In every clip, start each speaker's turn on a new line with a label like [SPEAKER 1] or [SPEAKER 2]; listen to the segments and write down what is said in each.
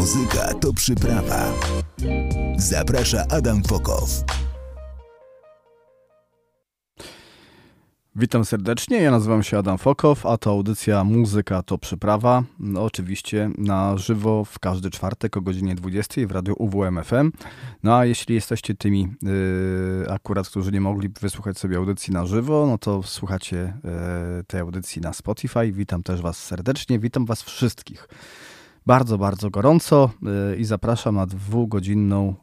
[SPEAKER 1] Muzyka to przyprawa. Zaprasza Adam Fokow.
[SPEAKER 2] Witam serdecznie, ja nazywam się Adam Fokow, a to audycja Muzyka to przyprawa. No, oczywiście na żywo w każdy czwartek o godzinie 20 w radiu UWM-FM. No a jeśli jesteście tymi akurat, którzy nie mogli wysłuchać sobie audycji na żywo, no to słuchacie tej audycji na Spotify. Witam też Was serdecznie, witam Was wszystkich. Bardzo, bardzo gorąco i zapraszam na 2-godzinną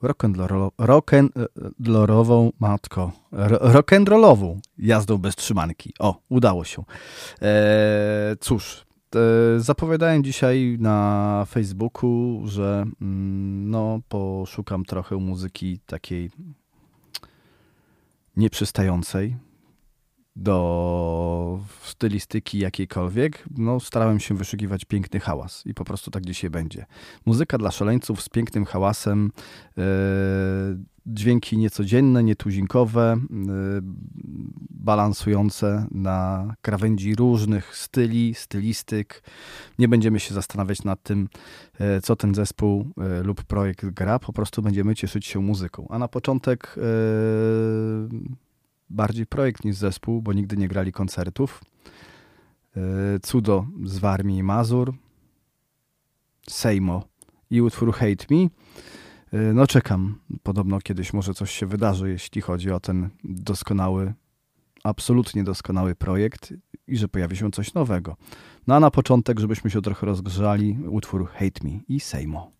[SPEAKER 2] rock'n'rollową jazdą bez trzymanki. O, udało się. Cóż, zapowiadałem dzisiaj na Facebooku, że poszukam trochę muzyki takiej nieprzystającej do stylistyki jakiejkolwiek. Starałem się wyszukiwać piękny hałas i po prostu tak dzisiaj będzie. Muzyka dla szaleńców z pięknym hałasem, dźwięki niecodzienne, nietuzinkowe, balansujące na krawędzi różnych stylistyk. Nie będziemy się zastanawiać nad tym, co ten zespół lub projekt gra, po prostu będziemy cieszyć się muzyką. A na początek bardziej projekt niż zespół, bo nigdy nie grali koncertów. Cudo z Warmii i Mazur, Sejmo i utwór Hate Me. Czekam. Podobno kiedyś może coś się wydarzy, jeśli chodzi o ten doskonały, absolutnie doskonały projekt i że pojawi się coś nowego. A na początek, żebyśmy się trochę rozgrzali, utwór Hate Me i Sejmo.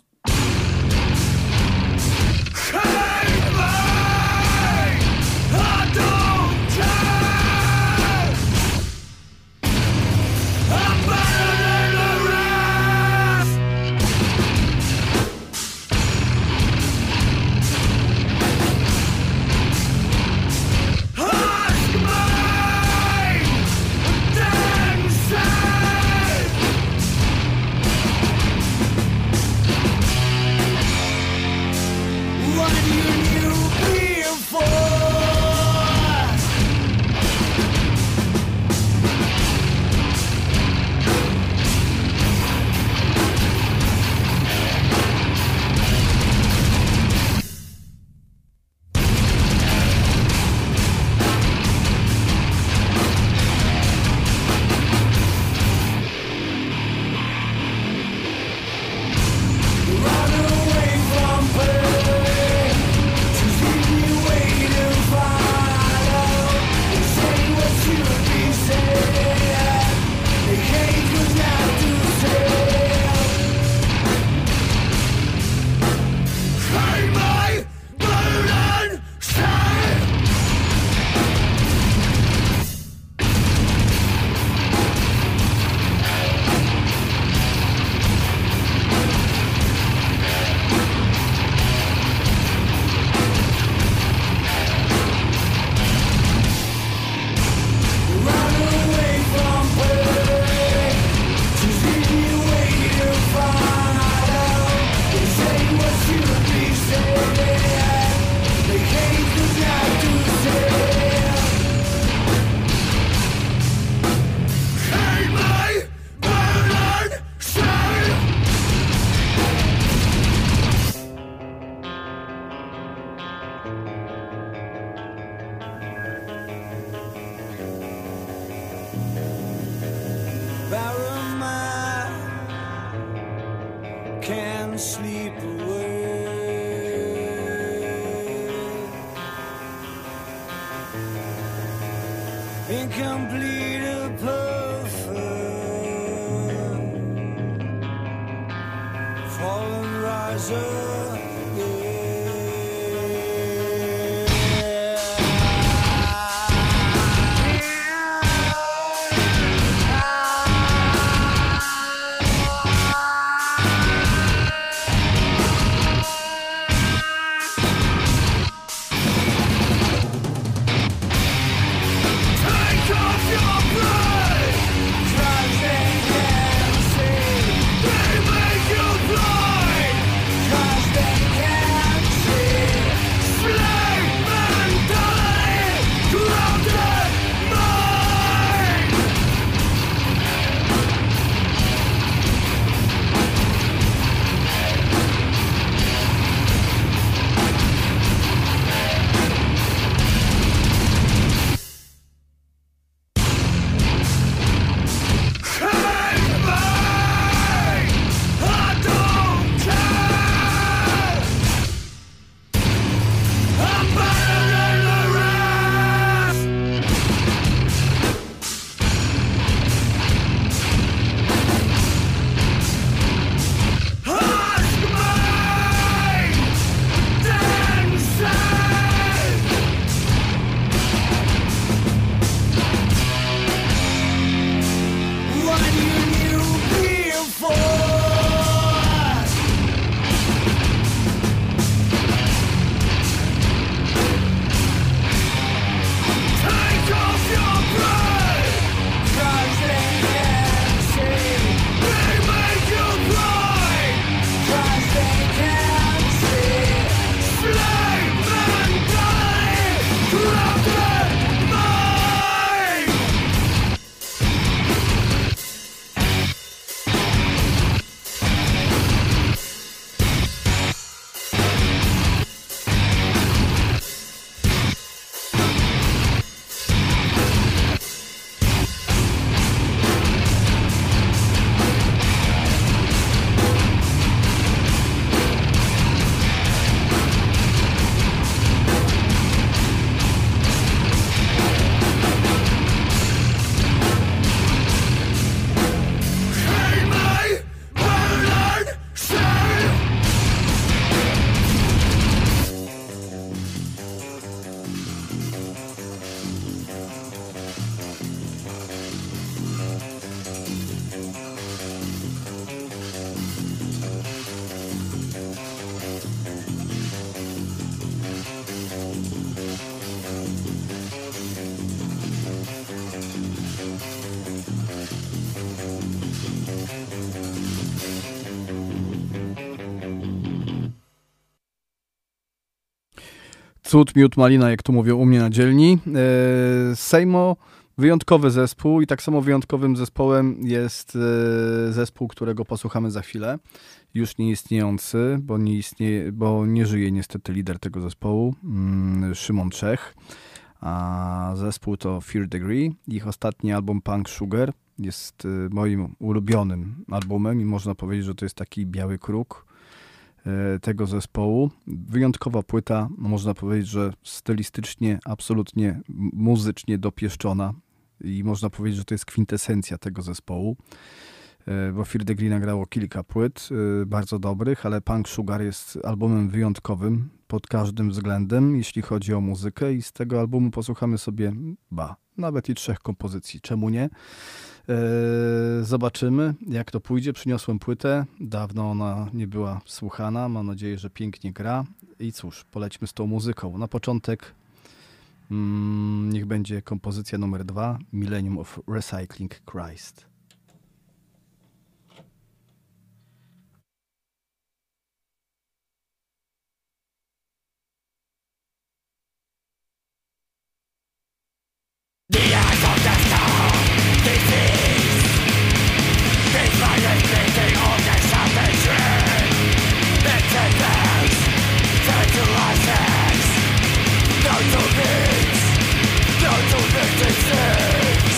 [SPEAKER 3] Cause they
[SPEAKER 2] Cud, miód, malina, jak tu mówią u mnie na dzielni. Sejmo, wyjątkowy zespół i tak samo wyjątkowym zespołem jest zespół, którego posłuchamy za chwilę. Już nieistniejący, bo nie żyje niestety lider tego zespołu, Szymon Czech. A zespół to Fear Degree. Ich ostatni album Punk Sugar jest moim ulubionym albumem i można powiedzieć, że to jest taki biały kruk tego zespołu. Wyjątkowa płyta, można powiedzieć, że stylistycznie, absolutnie muzycznie dopieszczona i można powiedzieć, że to jest kwintesencja tego zespołu, bo Fear Degree nagrało kilka płyt bardzo dobrych, ale Punk Sugar jest albumem wyjątkowym pod każdym względem, jeśli chodzi o muzykę i z tego albumu posłuchamy sobie nawet i 3 kompozycji. Czemu nie? Zobaczymy, jak to pójdzie. Przyniosłem płytę, dawno ona nie była słuchana, mam nadzieję, że pięknie gra i cóż, polećmy z tą muzyką. Na początek niech będzie kompozycja numer 2, Millennium of Recycling Christ.
[SPEAKER 3] The eyes of the storm, disease. This violent bleeding of the savagery. Mexicans, turn to license. No to needs, no to disease.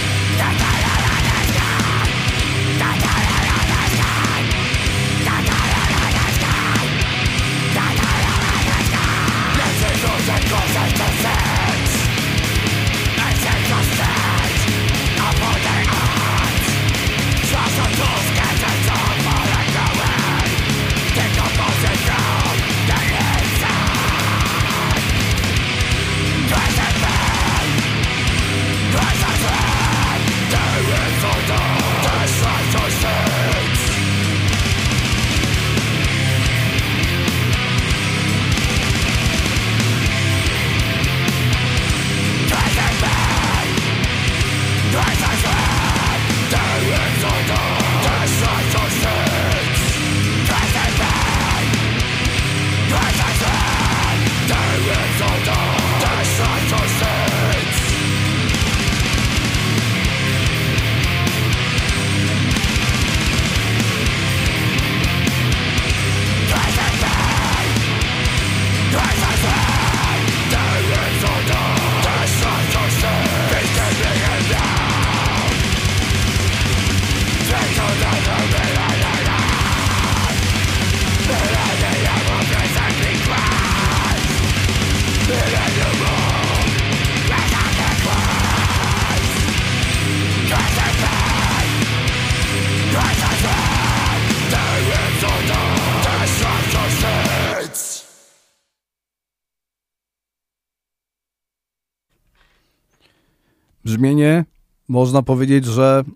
[SPEAKER 2] Brzmienie, można powiedzieć, że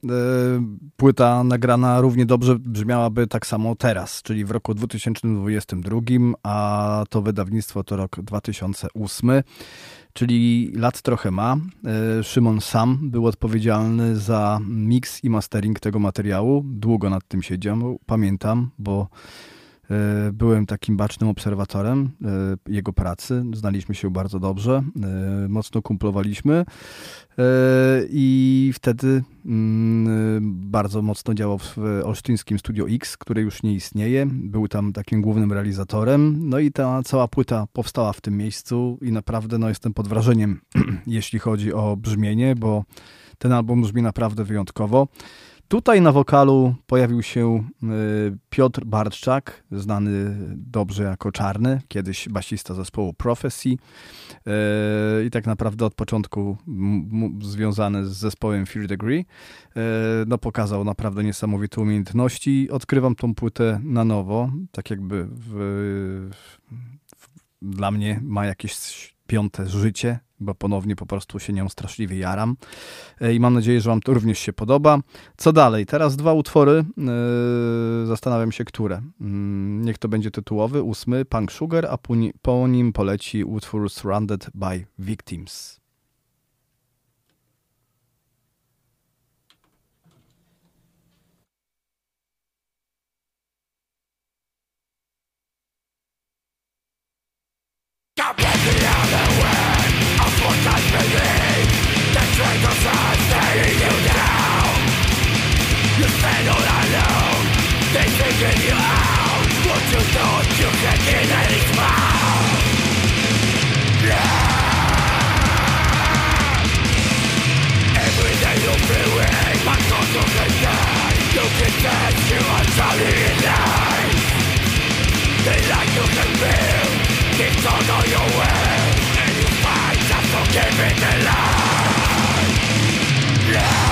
[SPEAKER 2] płyta nagrana równie dobrze brzmiałaby tak samo teraz, czyli w roku 2022, a to wydawnictwo to rok 2008, czyli lat trochę ma. Szymon sam był odpowiedzialny za mix i mastering tego materiału. Długo nad tym siedział, pamiętam, bo byłem takim bacznym obserwatorem jego pracy. Znaliśmy się bardzo dobrze, mocno kumplowaliśmy i wtedy bardzo mocno działał w olsztyńskim Studio X, które już nie istnieje. Był tam takim głównym realizatorem. No i ta cała płyta powstała w tym miejscu i naprawdę jestem pod wrażeniem, jeśli chodzi o brzmienie, bo ten album brzmi naprawdę wyjątkowo. Tutaj na wokalu pojawił się Piotr Bartczak, znany dobrze jako Czarny, kiedyś basista zespołu Prophecy i tak naprawdę od początku związany z zespołem Fear Degree. Pokazał naprawdę niesamowite umiejętności. Odkrywam tą płytę na nowo, tak jakby dla mnie ma jakieś 5. życie, bo ponownie po prostu się nią straszliwie jaram i mam nadzieję, że wam to również się podoba. Co dalej? Teraz 2 utwory, zastanawiam się, które. Niech to będzie tytułowy, 8, Punk Sugar, a po nim poleci utwór Surrounded by Victims.
[SPEAKER 3] Come get me out! give me the light.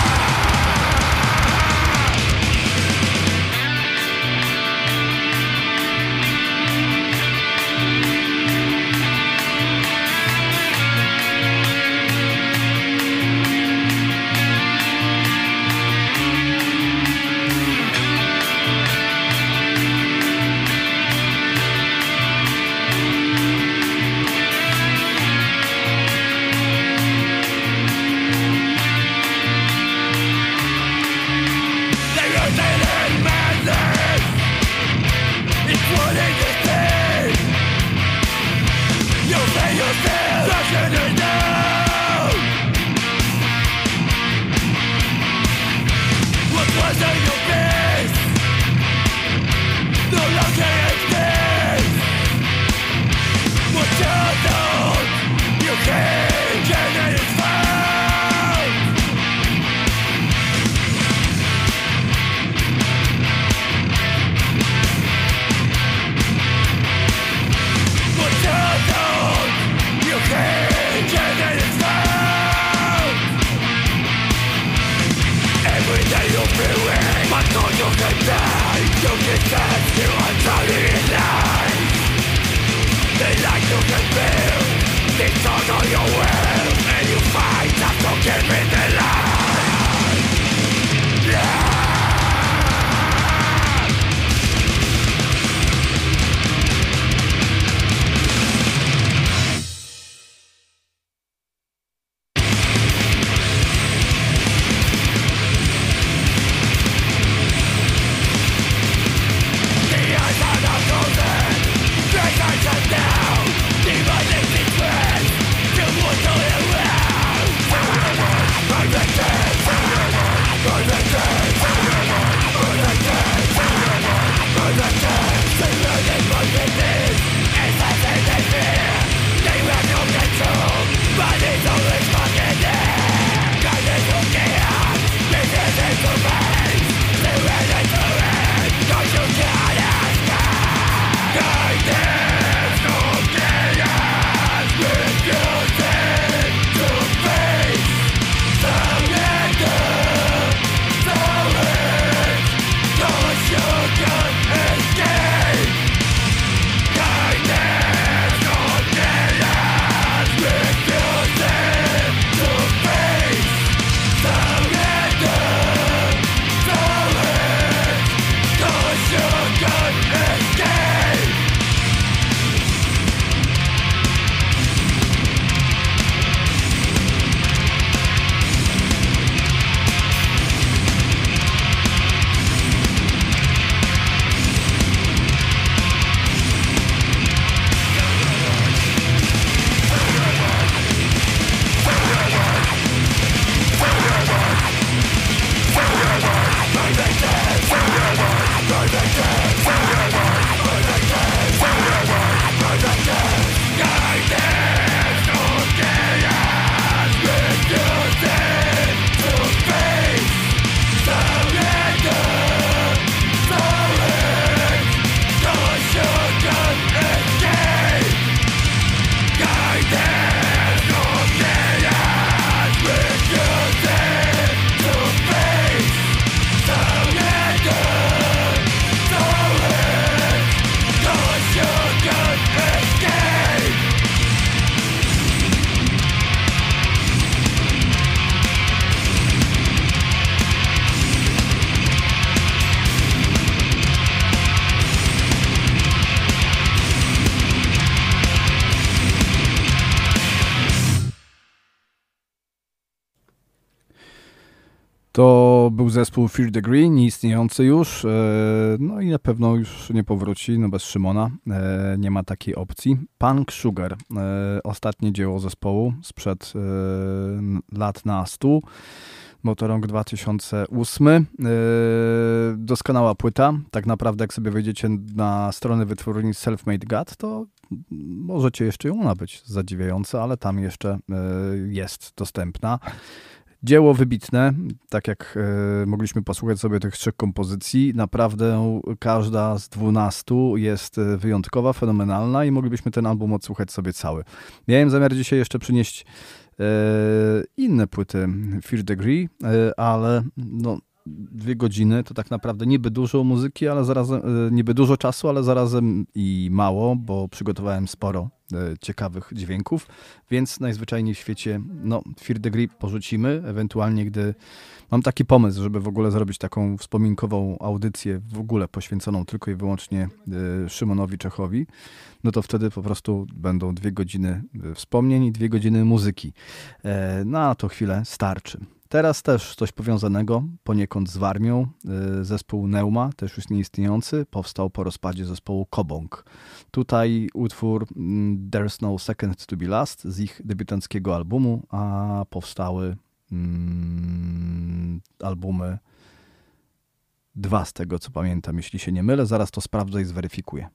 [SPEAKER 2] To był zespół Fear Degree, nieistniejący już, no i na pewno już nie powróci, no bez Szymona, nie ma takiej opcji. Punk Sugar, ostatnie dzieło zespołu sprzed lat na 100, bo to rok 2008. Doskonała płyta, tak naprawdę jak sobie wejdziecie na stronę wytwórni Self-Made God, to możecie jeszcze ją nabyć, zadziwiające, ale tam jeszcze jest dostępna. Dzieło wybitne, tak jak mogliśmy posłuchać sobie tych 3 kompozycji, naprawdę każda z 12 jest wyjątkowa, fenomenalna i moglibyśmy ten album odsłuchać sobie cały. Miałem zamiar dzisiaj jeszcze przynieść inne płyty Fear Degree, ale no 2 godziny to tak naprawdę niby dużo muzyki, ale zarazem niby dużo czasu, ale zarazem i mało, bo przygotowałem sporo ciekawych dźwięków, więc najzwyczajniej w świecie no Fear Degree porzucimy, ewentualnie gdy mam taki pomysł, żeby w ogóle zrobić taką wspominkową audycję w ogóle poświęconą tylko i wyłącznie Szymonowi Czechowi, no to wtedy po prostu będą 2 godziny wspomnień i 2 godziny muzyki. Na to chwilę starczy. Teraz też coś powiązanego poniekąd z Warmią. Zespół Neuma, też już nieistniejący, powstał po rozpadzie zespołu Kobong. Tutaj utwór There's No Second to Be Last z ich debiutanckiego albumu, a powstały albumy 2 z tego co pamiętam, jeśli się nie mylę. Zaraz to sprawdzę i zweryfikuję.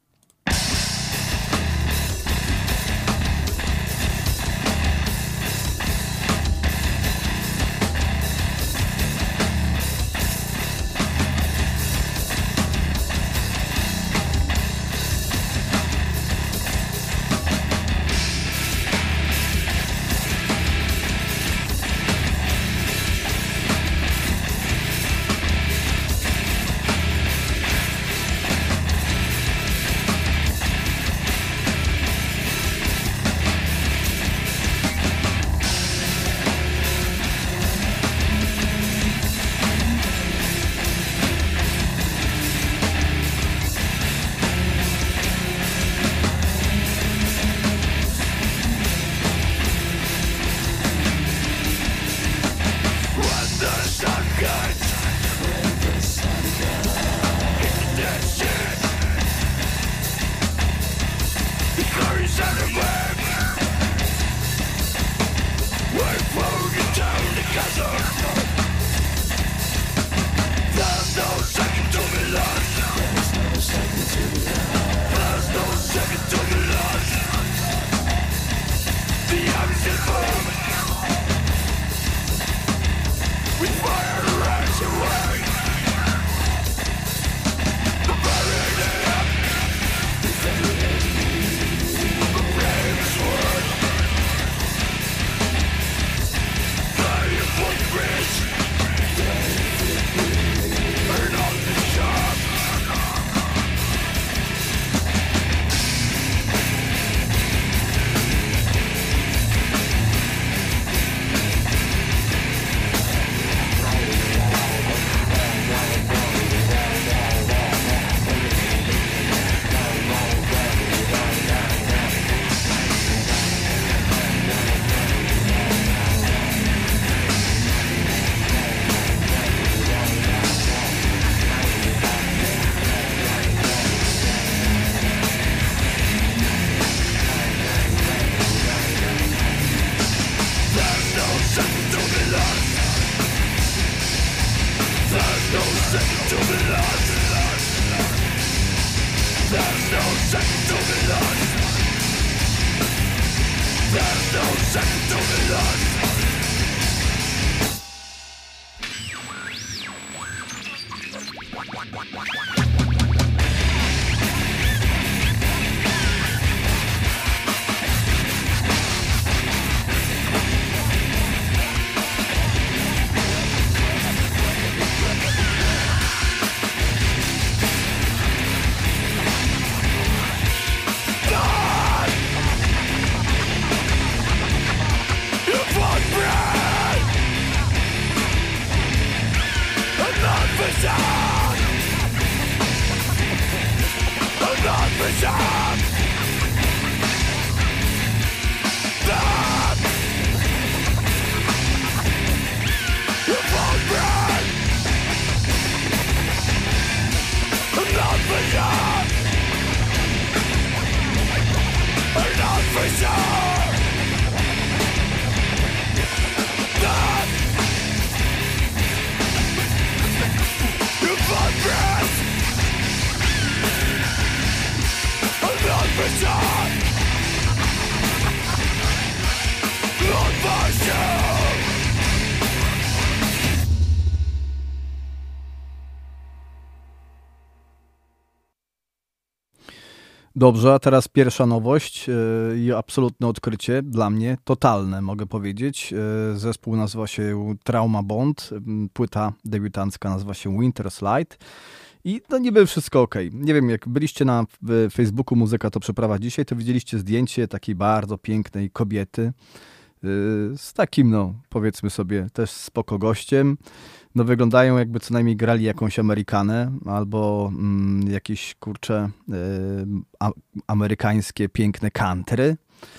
[SPEAKER 2] Dobrze, a teraz pierwsza nowość i absolutne odkrycie dla mnie, totalne mogę powiedzieć. Zespół nazywa się Trauma Bond, płyta debiutancka nazywa się Winter's Light i no niby wszystko okej. Nie wiem, jak byliście na Facebooku Muzyka to Przyprawa dzisiaj, to widzieliście zdjęcie takiej bardzo pięknej kobiety z takim, no powiedzmy sobie, też spoko gościem. No wyglądają jakby co najmniej grali jakąś Amerykanę albo jakieś, kurcze, amerykańskie piękne country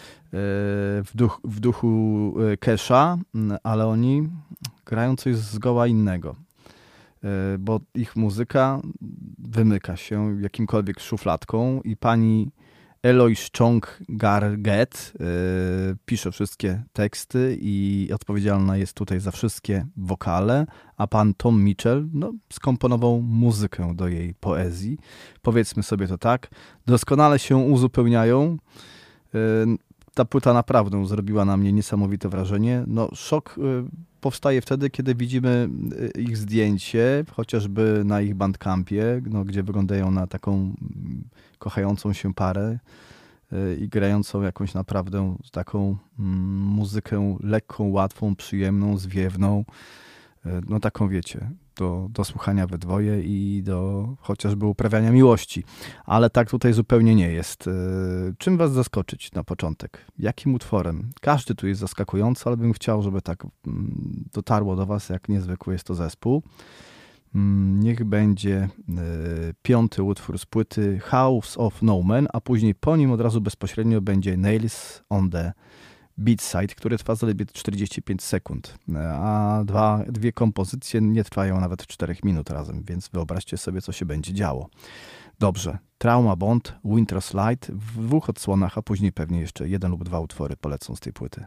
[SPEAKER 2] w duchu Kesha, ale oni grają coś zgoła innego, bo ich muzyka wymyka się jakimkolwiek szufladką i pani Eloise Chong-Garget pisze wszystkie teksty i odpowiedzialna jest tutaj za wszystkie wokale, a pan Tom Mitchell skomponował muzykę do jej poezji. Powiedzmy sobie to tak. Doskonale się uzupełniają. Ta płyta naprawdę zrobiła na mnie niesamowite wrażenie. No, szok powstaje wtedy, kiedy widzimy ich zdjęcie, chociażby na ich bandcampie, gdzie wyglądają na taką kochającą się parę i grającą jakąś naprawdę taką muzykę lekką, łatwą, przyjemną, zwiewną. No taką, wiecie, do słuchania we dwoje i do chociażby uprawiania miłości. Ale tak tutaj zupełnie nie jest. Czym was zaskoczyć na początek? Jakim utworem? Każdy tu jest zaskakujący, ale bym chciał, żeby tak dotarło do was, jak niezwykły jest to zespół. Niech będzie 5. utwór z płyty House of No Man, a później po nim od razu bezpośrednio będzie Nails on the Beatside, który trwa zaledwie 45 sekund, a dwie kompozycje nie trwają nawet 4 minut razem, więc wyobraźcie sobie, co się będzie działo. Dobrze, Trauma Bond, Winter's Light w 2 odsłonach, a później pewnie jeszcze 1 lub 2 utwory polecą z tej płyty.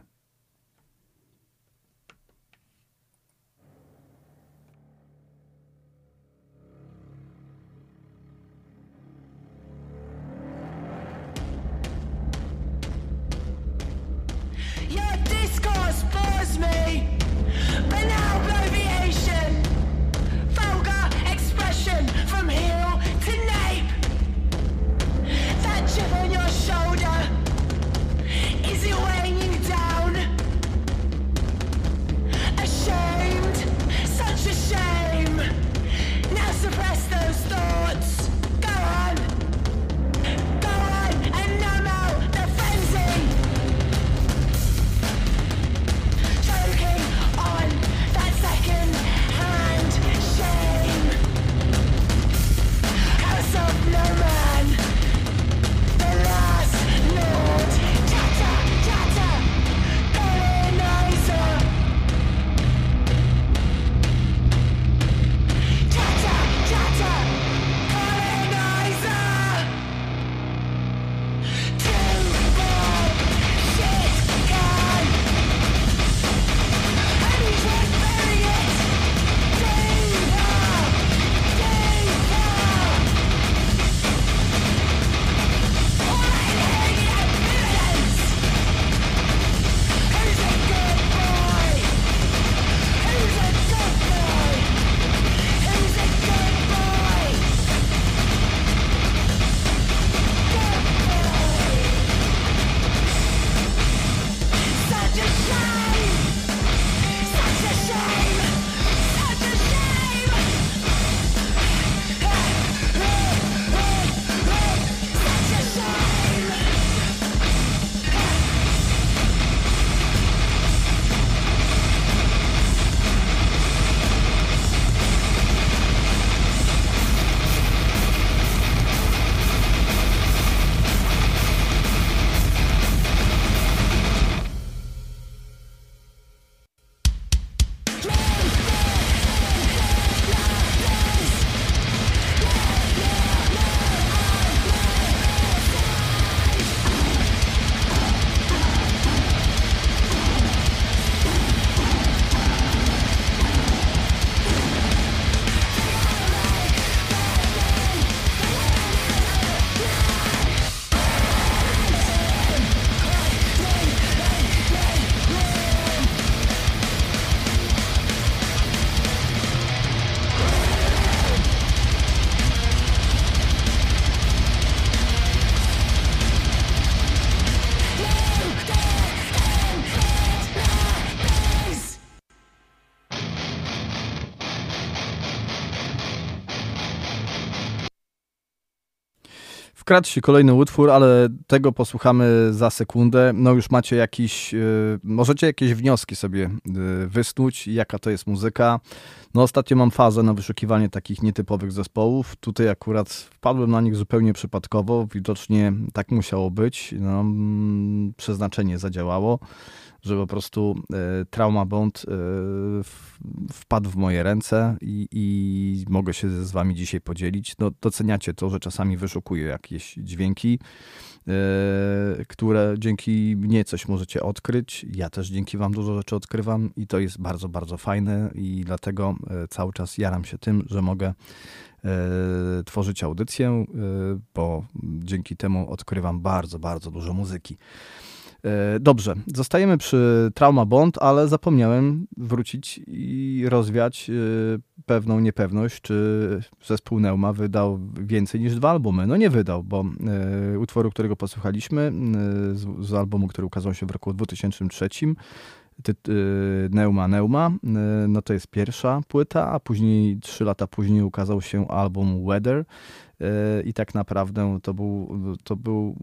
[SPEAKER 2] wkradł się kolejny utwór, ale tego posłuchamy za sekundę. No już macie możecie jakieś wnioski sobie wysnuć, jaka to jest muzyka. No ostatnio mam fazę na wyszukiwanie takich nietypowych zespołów. Tutaj akurat wpadłem na nich zupełnie przypadkowo. Widocznie tak musiało być. No, przeznaczenie zadziałało, że po prostu Trauma Bond wpadł w moje ręce i mogę się z wami dzisiaj podzielić. No, doceniacie to, że czasami wyszukuję jakieś dźwięki, które dzięki mnie coś możecie odkryć. Ja też dzięki wam dużo rzeczy odkrywam i to jest bardzo, bardzo fajne i dlatego cały czas jaram się tym, że mogę tworzyć audycję, bo dzięki temu odkrywam bardzo, bardzo dużo muzyki. Dobrze, zostajemy przy Trauma Bond, ale zapomniałem wrócić i rozwiać pewną niepewność, czy zespół Neuma wydał więcej niż 2 albumy. No nie wydał, bo utworu, którego posłuchaliśmy, z albumu, który ukazał się w roku 2003, Neuma, no to jest pierwsza płyta, a później 3 lata później ukazał się album Weather i tak naprawdę to był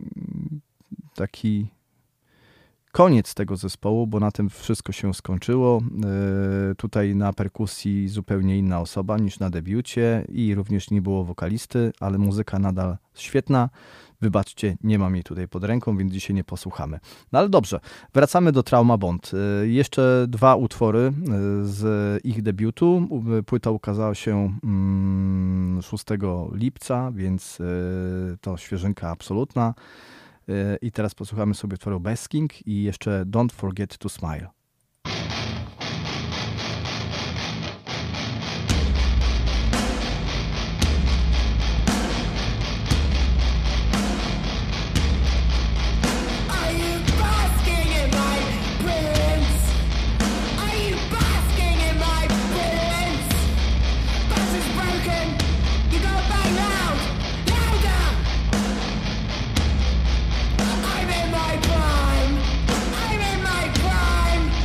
[SPEAKER 2] taki koniec tego zespołu, bo na tym wszystko się skończyło. Tutaj na perkusji zupełnie inna osoba niż na debiucie i również nie było wokalisty, ale muzyka nadal świetna. Wybaczcie, nie mam jej tutaj pod ręką, więc dzisiaj nie posłuchamy. No ale dobrze, wracamy do Trauma Bond. Jeszcze 2 utwory z ich debiutu. Płyta ukazała się 6 lipca, więc to świeżynka absolutna. I teraz posłuchamy sobie utworu Basking i jeszcze Don't Forget to Smile.
[SPEAKER 4] I'm in my prime.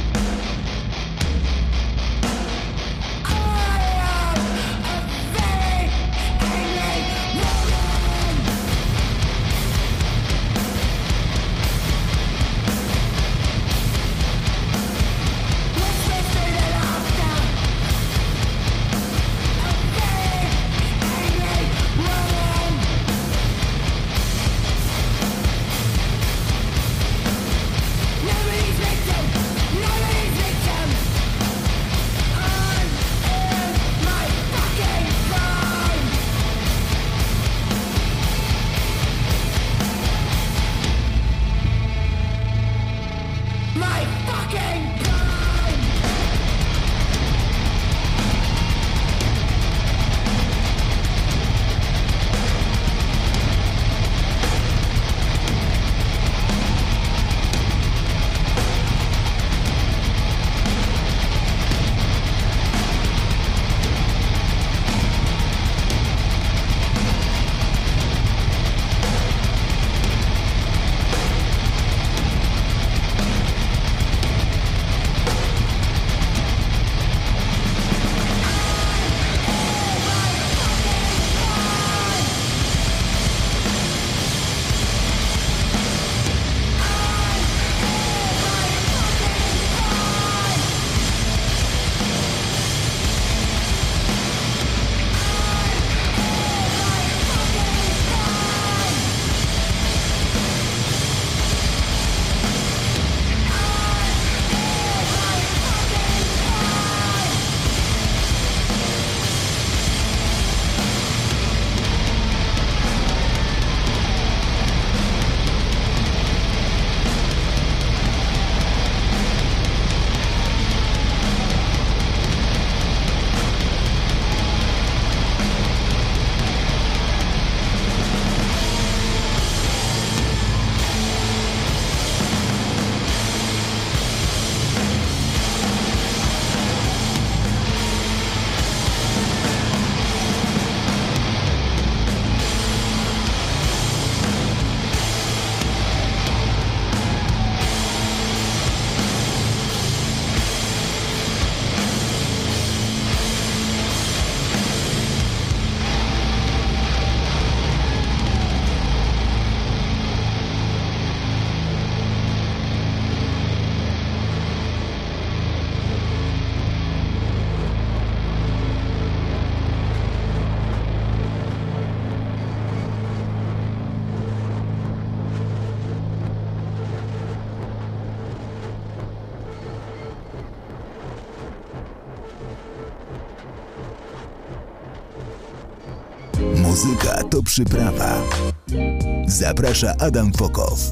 [SPEAKER 1] Muzyka to przyprawa. Zaprasza Adam Fokow.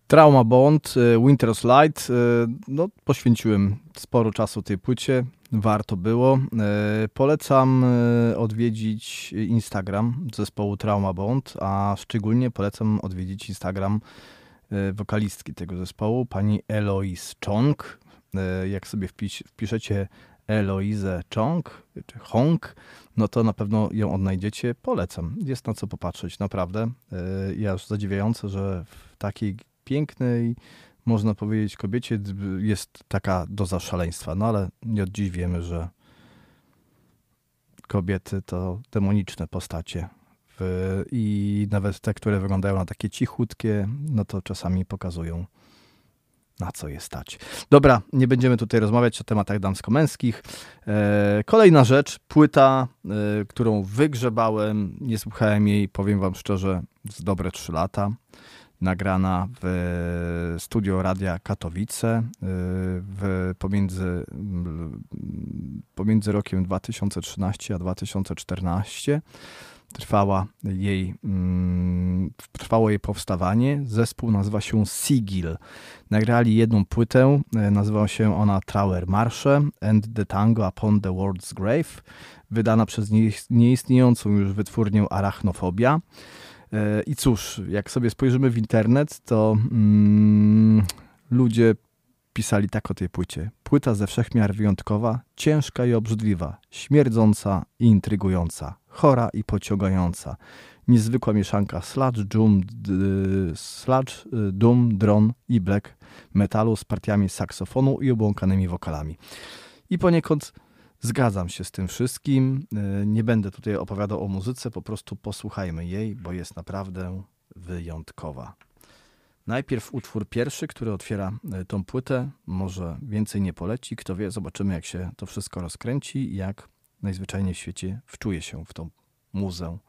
[SPEAKER 2] Trauma Bond, Winter's Light. No, poświęciłem sporo czasu tej płycie. Warto było. Polecam odwiedzić Instagram zespołu Trauma Bond, a szczególnie polecam odwiedzić Instagram wokalistki tego zespołu, pani Eloise Chong. Jak sobie wpiszecie Eloise Chong, czy Hong, no to na pewno ją odnajdziecie. Polecam. Jest na co popatrzeć, naprawdę. Aż zadziwiające, że w takiej pięknej, można powiedzieć, kobiecie jest taka doza szaleństwa. No ale nie od dziś wiemy, że kobiety to demoniczne postacie. I nawet te, które wyglądają na takie cichutkie, no to czasami pokazują, na co je stać. Dobra, nie będziemy tutaj rozmawiać o tematach damsko-męskich. Kolejna rzecz, płyta, którą wygrzebałem, nie słuchałem jej, powiem wam szczerze, z dobre 3 lata. Nagrana w studio Radia Katowice pomiędzy rokiem 2013 a 2014. Trwało jej powstawanie. Zespół nazywa się Sigil. Nagrali jedną płytę, nazywa się ona Trauermarsche and the Tango upon the World's Grave, wydana przez nieistniejącą już wytwórnię Arachnofobia. I cóż, jak sobie spojrzymy w internet, to ludzie pisali tak o tej płycie. Płyta ze wszechmiar wyjątkowa, ciężka i obrzydliwa, śmierdząca i intrygująca, chora i pociągająca. Niezwykła mieszanka sludge, doom, drone i black metalu z partiami saksofonu i obłąkanymi wokalami. I poniekąd zgadzam się z tym wszystkim. Nie będę tutaj opowiadał o muzyce, po prostu posłuchajmy jej, bo jest naprawdę wyjątkowa. Najpierw utwór pierwszy, który otwiera tą płytę. Może więcej nie poleci, kto wie, zobaczymy, jak się to wszystko rozkręci i jak najzwyczajniej w świecie wczuje się w tą muzę.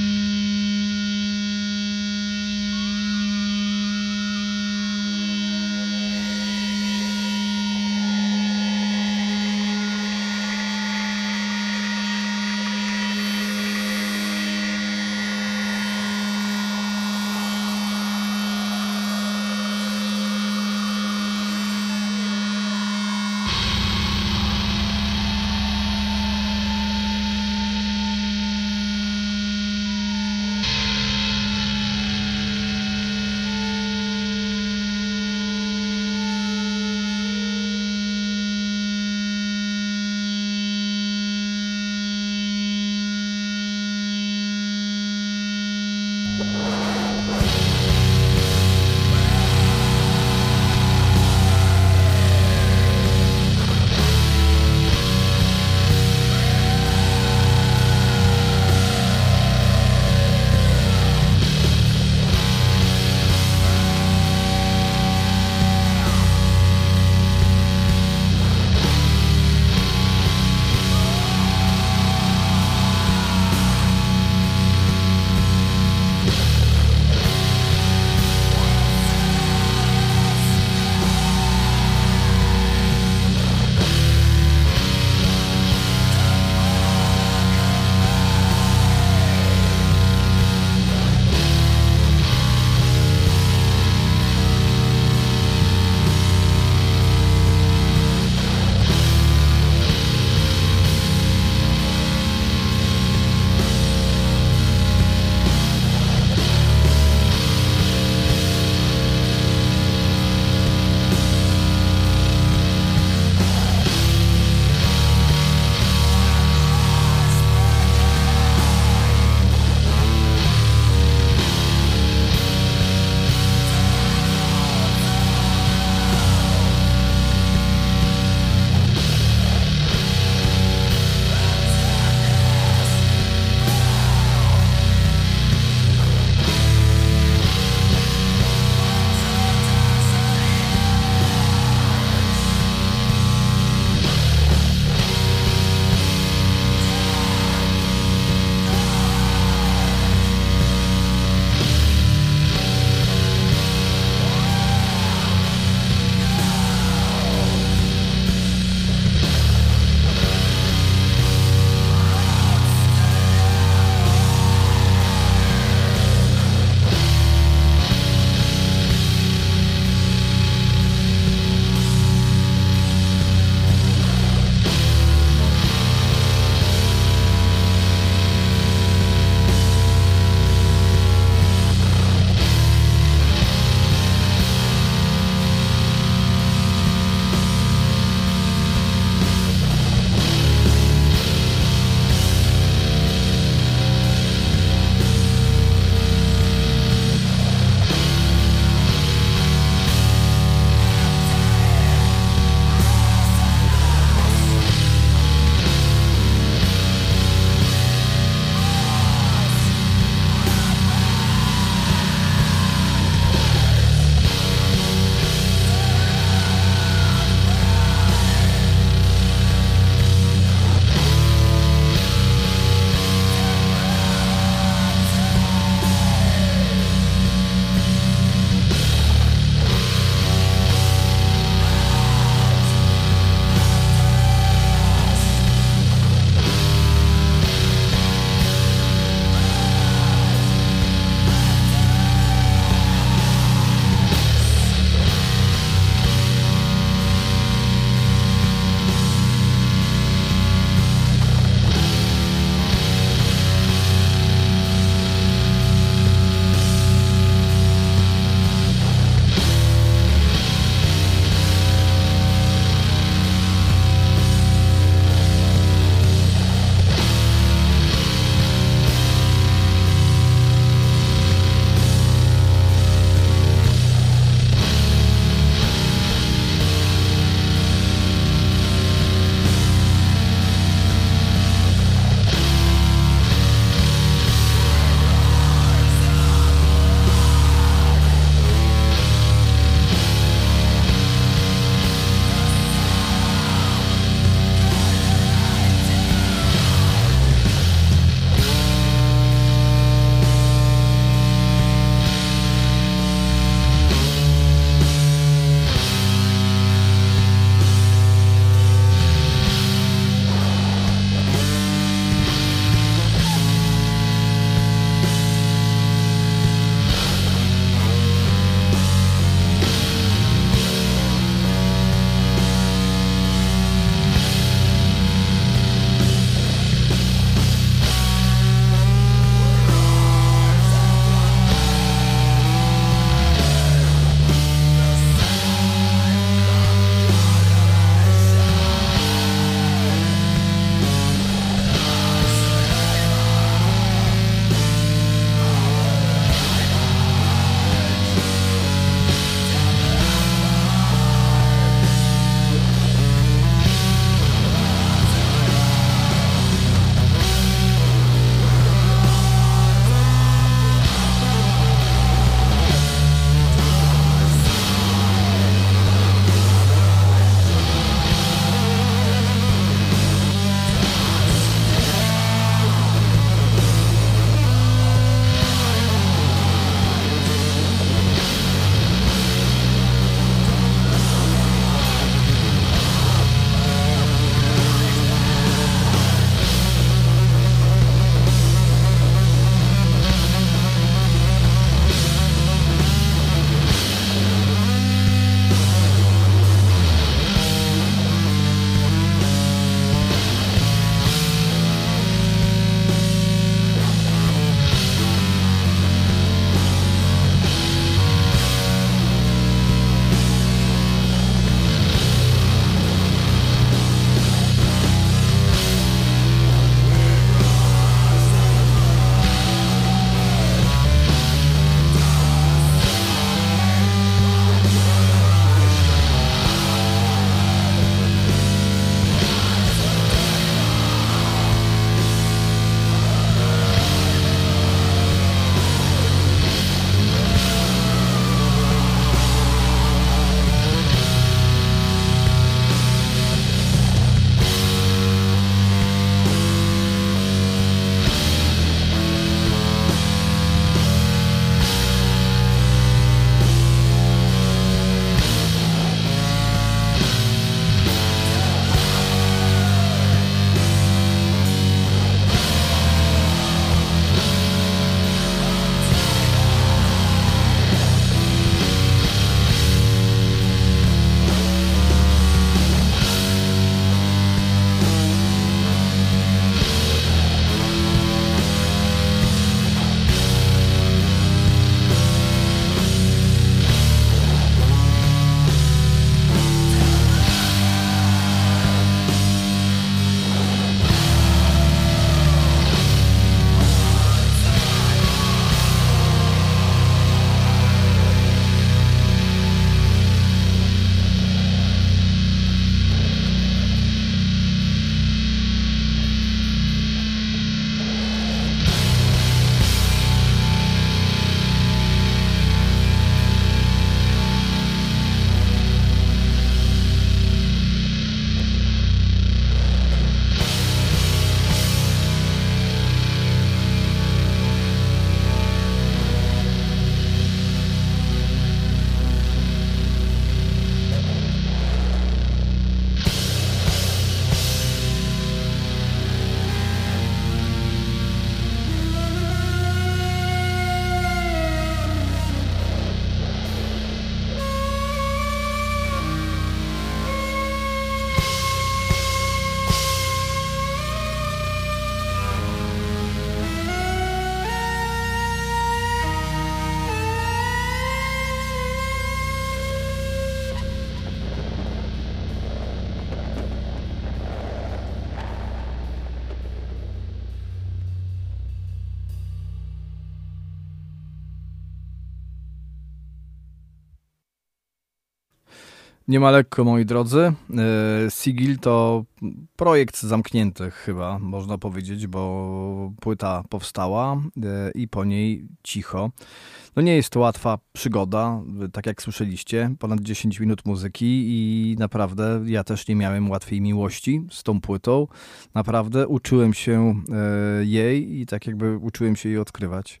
[SPEAKER 2] Nie ma lekko, moi drodzy. Sigil to projekt zamknięty chyba, można powiedzieć, bo płyta powstała i po niej cicho. No nie jest to łatwa przygoda, tak jak słyszeliście, ponad 10 minut muzyki i naprawdę ja też nie miałem łatwej miłości z tą płytą. Naprawdę uczyłem się jej i tak jakby uczyłem się jej odkrywać.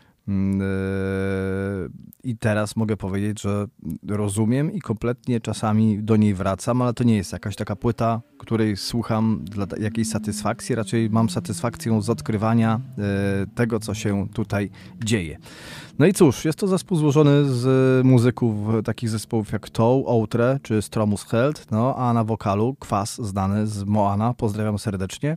[SPEAKER 2] I teraz mogę powiedzieć, że rozumiem i kompletnie czasami do niej wracam, ale to nie jest jakaś taka płyta, której słucham dla jakiejś satysfakcji, raczej mam satysfakcję z odkrywania tego, co się tutaj dzieje. No i cóż, jest to zespół złożony z muzyków takich zespołów jak Toe, Outre czy Stromus Held, no a na wokalu Kwas, znany z Moana, pozdrawiam serdecznie.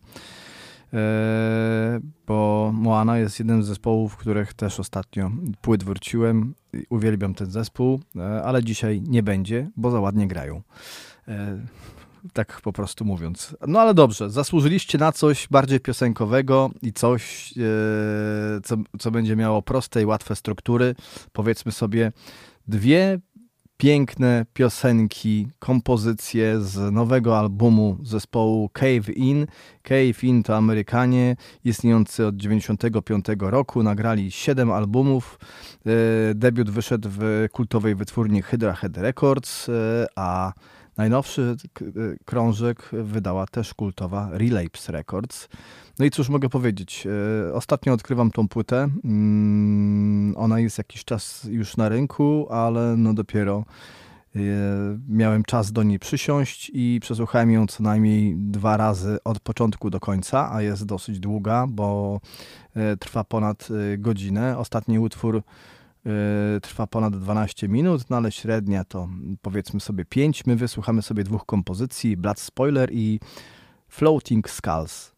[SPEAKER 2] Bo Moana jest jednym z zespołów, których też ostatnio płyt wróciłem. Uwielbiam ten zespół, ale dzisiaj nie będzie, bo za ładnie grają. Tak po prostu mówiąc. No ale dobrze, zasłużyliście na coś bardziej piosenkowego i coś, co będzie miało proste i łatwe struktury. Powiedzmy sobie dwie piękne piosenki, kompozycje z nowego albumu zespołu Cave In. Cave In to Amerykanie istniejący od 1995 roku. Nagrali 7 albumów. Debiut wyszedł w kultowej wytwórni Hydra Head Records, a najnowszy krążek wydała też kultowa Relapse Records. No i cóż mogę powiedzieć? Ostatnio odkrywam tą płytę. Ona jest jakiś czas już na rynku, ale no dopiero miałem czas do niej przysiąść i przesłuchałem ją co najmniej 2 razy od początku do końca, a jest dosyć długa, bo trwa ponad godzinę. Ostatni utwór trwa ponad 12 minut, no ale średnia to powiedzmy sobie 5. My wysłuchamy sobie 2 kompozycji, Blood Spoiler i Floating Skulls.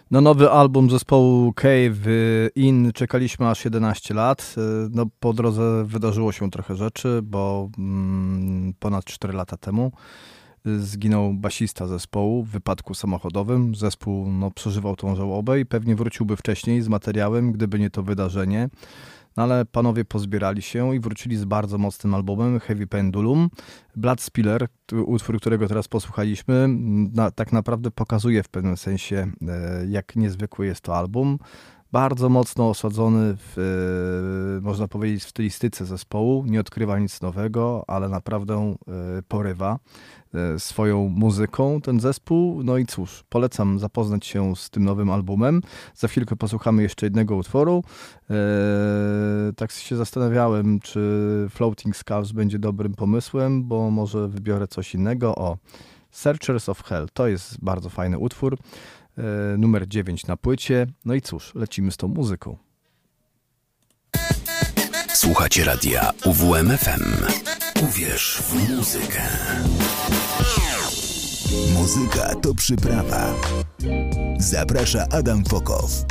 [SPEAKER 2] No, nowy album zespołu Cave In czekaliśmy aż 11 lat. No, po drodze wydarzyło się trochę rzeczy, bo ponad 4 lata temu zginął basista zespołu w wypadku samochodowym. Zespół przeżywał tą żałobę i pewnie wróciłby wcześniej z materiałem, gdyby nie to wydarzenie. No ale panowie pozbierali się i wrócili z bardzo mocnym albumem Heavy Pendulum. Blood Spiller, utwór, którego teraz posłuchaliśmy, tak naprawdę pokazuje w pewnym sensie, jak niezwykły jest to album. Bardzo mocno osadzony można powiedzieć, w stylistyce zespołu. Nie odkrywa nic nowego, ale naprawdę porywa swoją muzyką ten zespół. No i cóż, polecam zapoznać się z tym nowym albumem. Za chwilkę posłuchamy jeszcze jednego utworu. Tak się zastanawiałem, czy Floating Skulls będzie dobrym pomysłem, bo może wybiorę coś innego. O, Searchers of Hell, to jest bardzo fajny utwór. Numer 9 na płycie. No i cóż, lecimy z tą muzyką.
[SPEAKER 1] Słuchacie radia UWMFM. Uwierz w muzykę. Muzyka to przyprawa. Zaprasza Adam Fokow.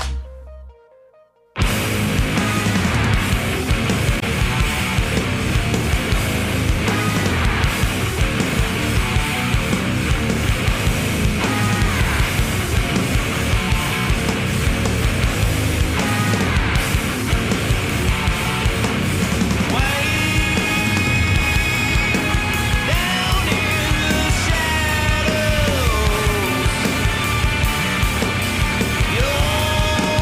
[SPEAKER 4] Down in the shadows, you're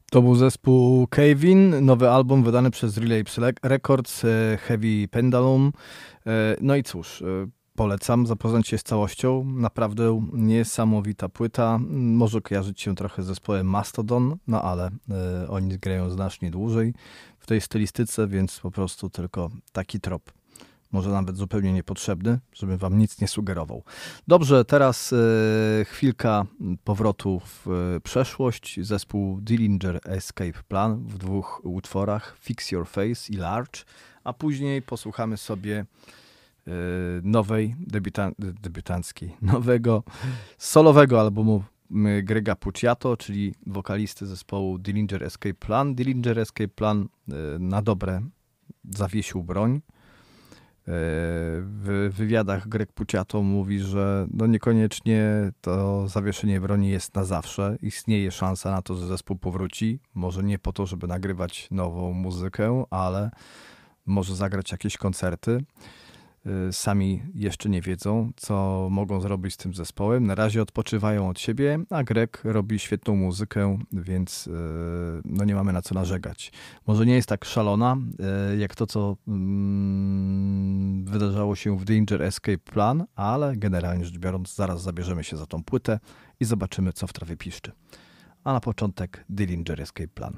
[SPEAKER 2] To był zespół Cave-In, nowy album wydany przez Relapse Records, Heavy Pendulum. No i cóż, polecam zapoznać się z całością. Naprawdę niesamowita płyta. Może kojarzyć się trochę z zespołem Mastodon, no ale oni grają znacznie dłużej w tej stylistyce, więc po prostu tylko taki trop. Może nawet zupełnie niepotrzebny, żeby wam nic nie sugerował. Dobrze, teraz chwilka powrotu w przeszłość. Zespół Dillinger Escape Plan w 2 utworach, Fix Your Face i Large, a później posłuchamy sobie nowej, nowego solowego albumu Grega Puciato, czyli wokalisty zespołu Dillinger Escape Plan. Dillinger Escape Plan na dobre zawiesił broń. W wywiadach Greg Puciato mówi, że no niekoniecznie to zawieszenie broni jest na zawsze. Istnieje szansa na to, że zespół powróci. Może nie po to, żeby nagrywać nową muzykę, ale może zagrać jakieś koncerty. Sami jeszcze nie wiedzą, co mogą zrobić z tym zespołem. Na razie odpoczywają od siebie, a Greg robi świetną muzykę, więc no nie mamy na co narzekać. Może nie jest tak szalona, jak to, co wydarzało się w Dillinger Escape Plan, ale generalnie rzecz biorąc, zaraz zabierzemy się za tą płytę i zobaczymy, co w trawie piszczy. A na początek Dillinger Escape Plan.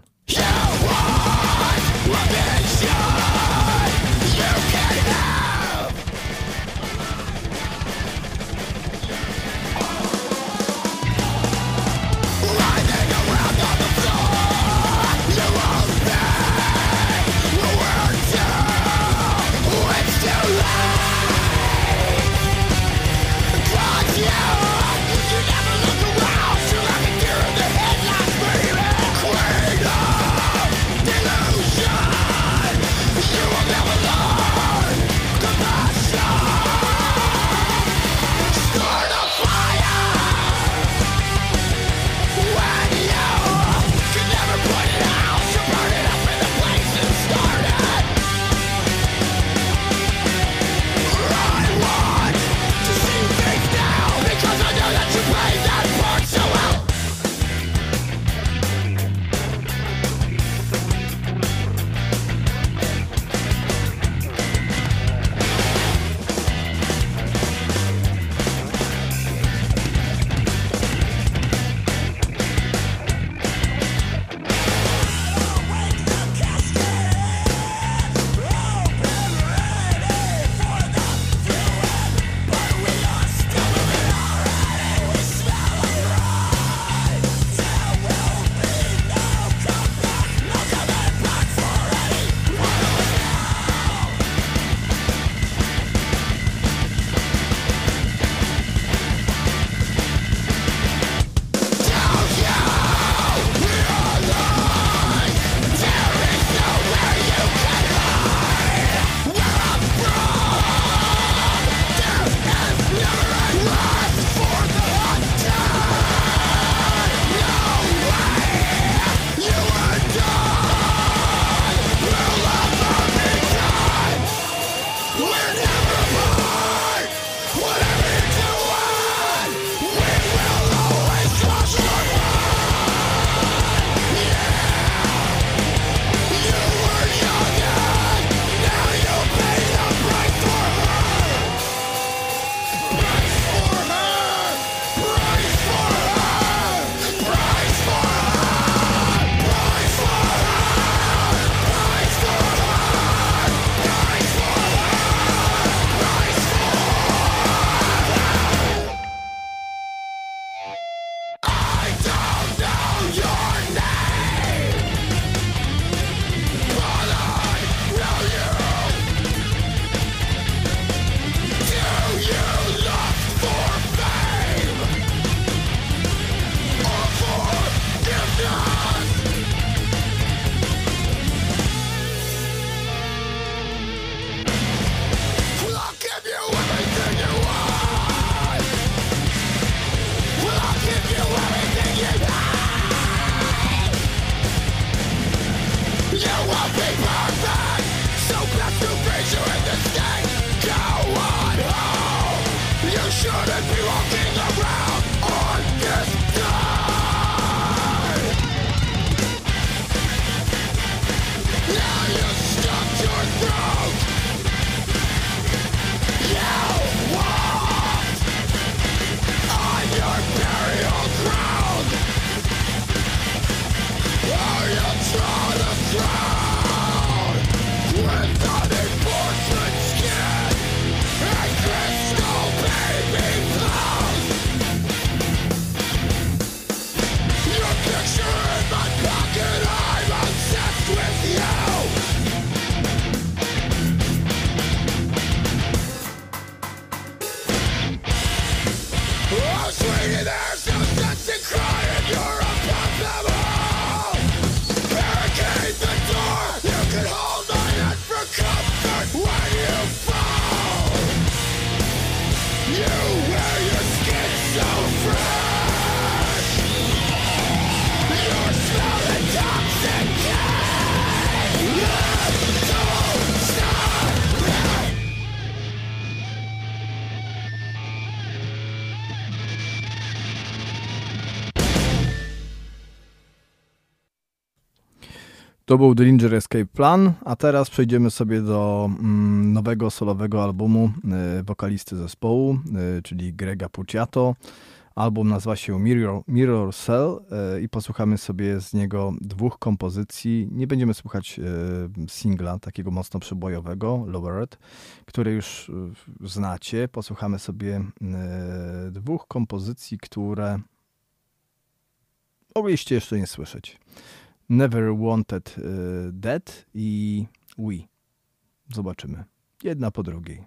[SPEAKER 2] To był Dillinger Escape Plan, a teraz przejdziemy sobie do nowego solowego albumu wokalisty zespołu, czyli Grega Puciato. Album nazywa się Mirror Cell i posłuchamy sobie z niego dwóch kompozycji. Nie będziemy słuchać singla takiego mocno przebojowego, Lowered, który już znacie. Posłuchamy sobie dwóch kompozycji, które mogliście jeszcze nie słyszeć. Never Wanted Dead i We. Zobaczymy. Jedna po drugiej.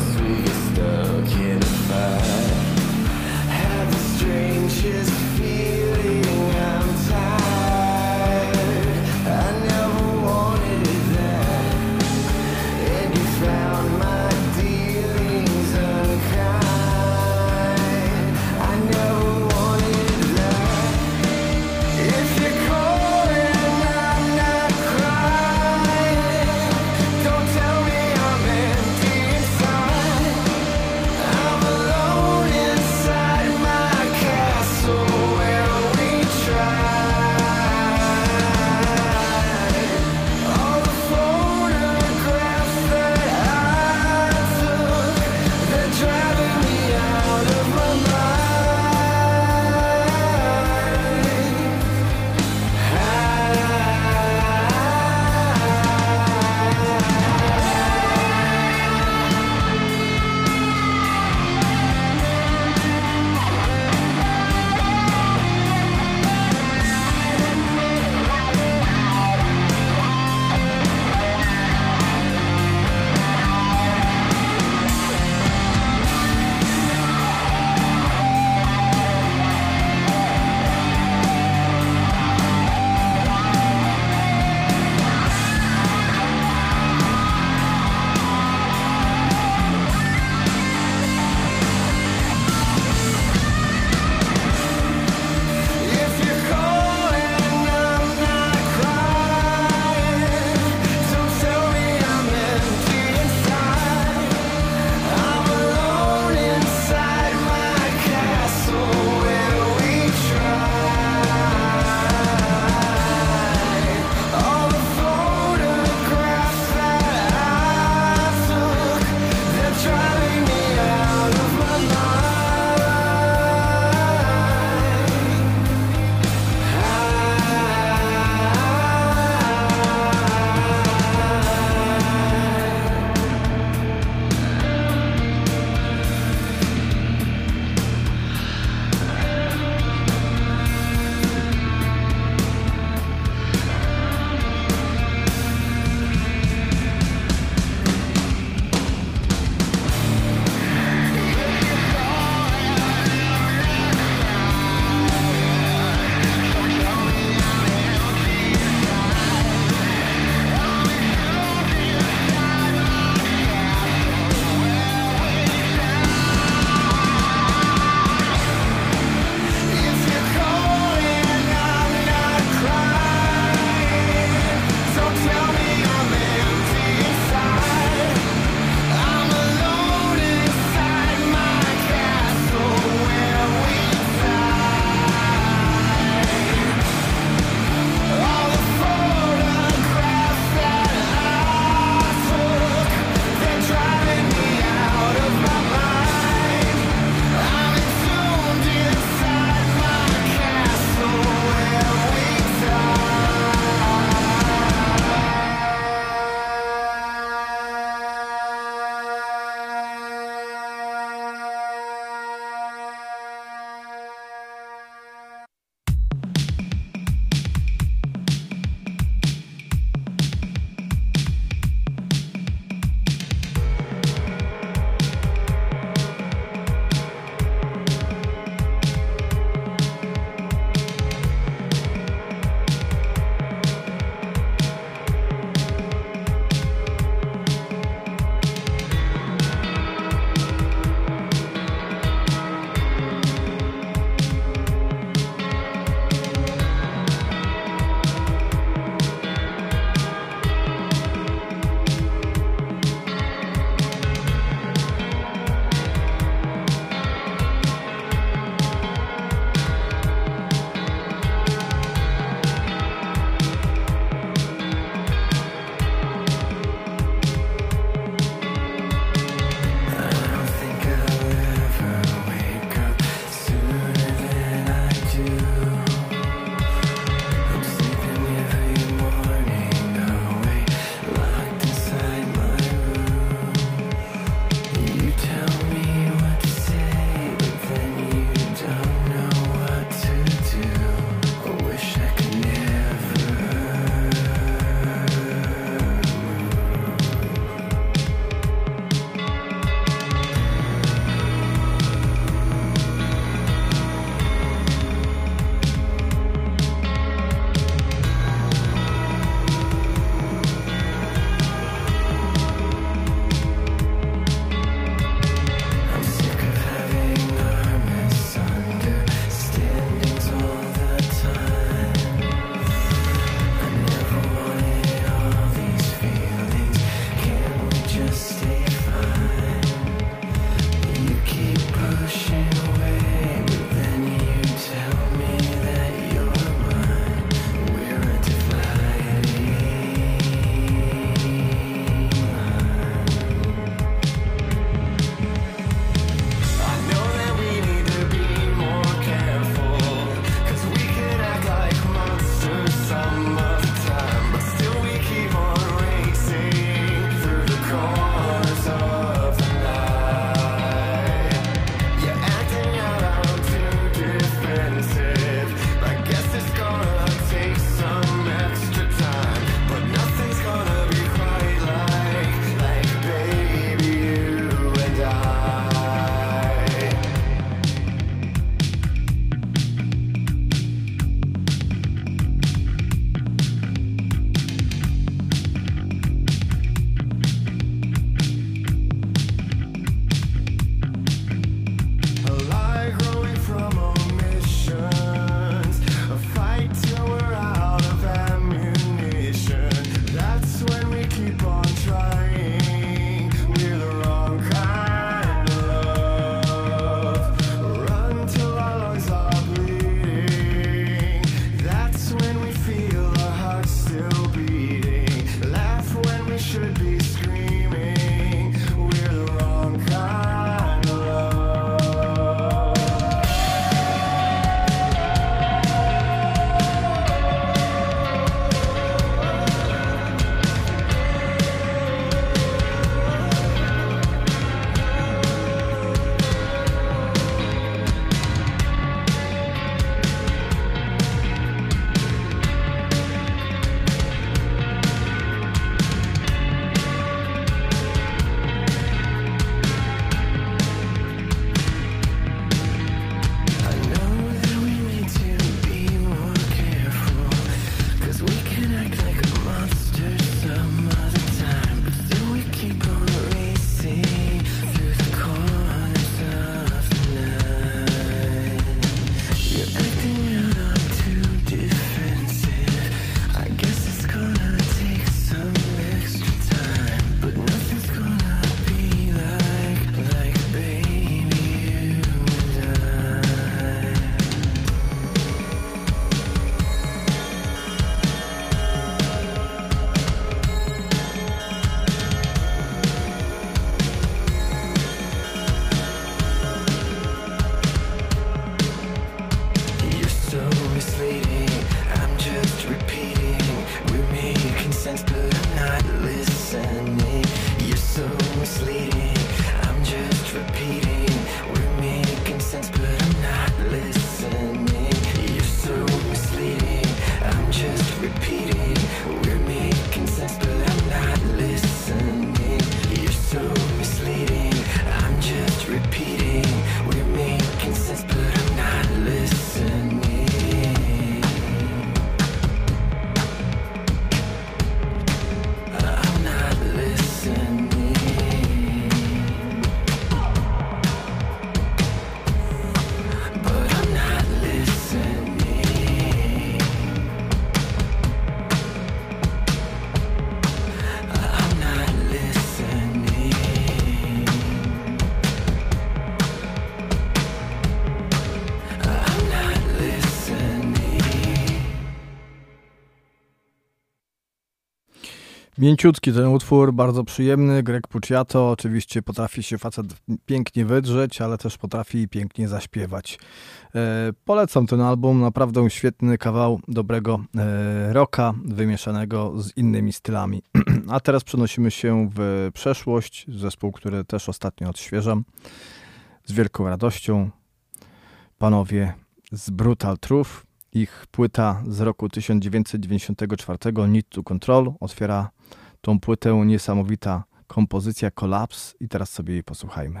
[SPEAKER 2] Mięciutki ten utwór, bardzo przyjemny. Greg Puciato, oczywiście potrafi się facet pięknie wydrzeć, ale też potrafi pięknie zaśpiewać. Polecam ten album, naprawdę świetny kawał dobrego rocka, wymieszanego z innymi stylami. A teraz przenosimy się w przeszłość, zespół, który też ostatnio odświeżam z wielką radością. Panowie z Brutal Truth. Ich płyta z roku 1994, Need to Control, otwiera tą płytę niesamowita kompozycja Collapse i teraz sobie jej posłuchajmy.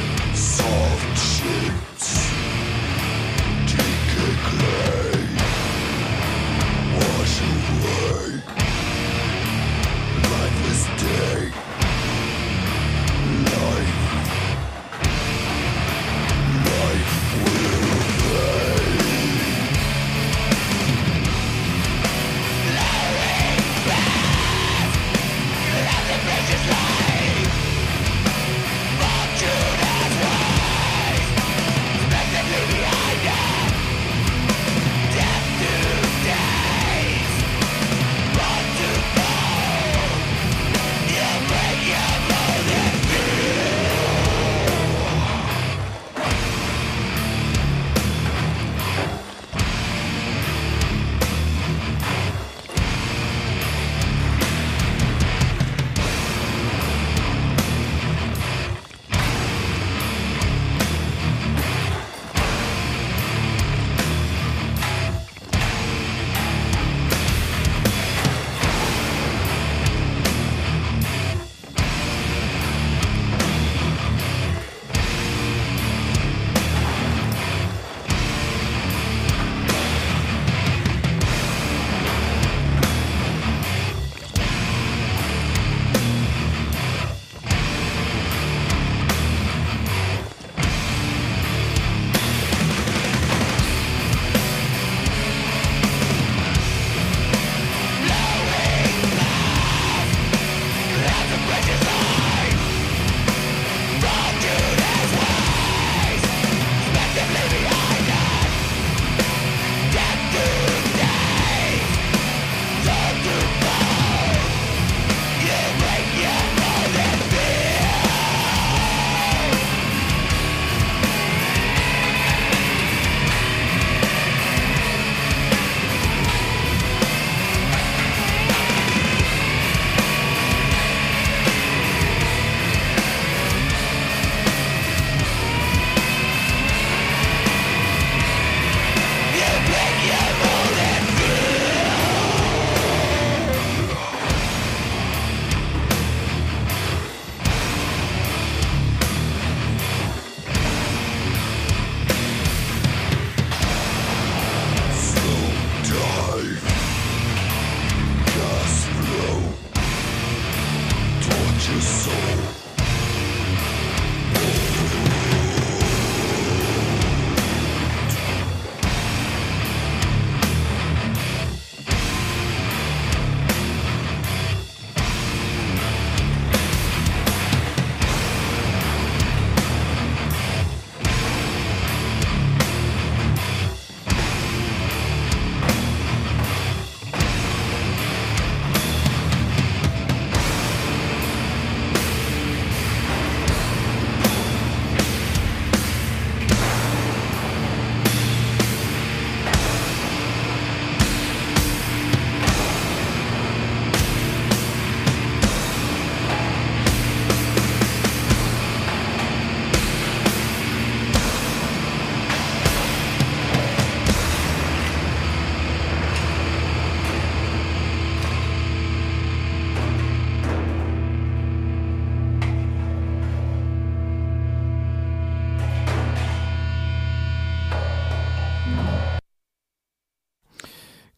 [SPEAKER 4] Soft shapes, decay clay.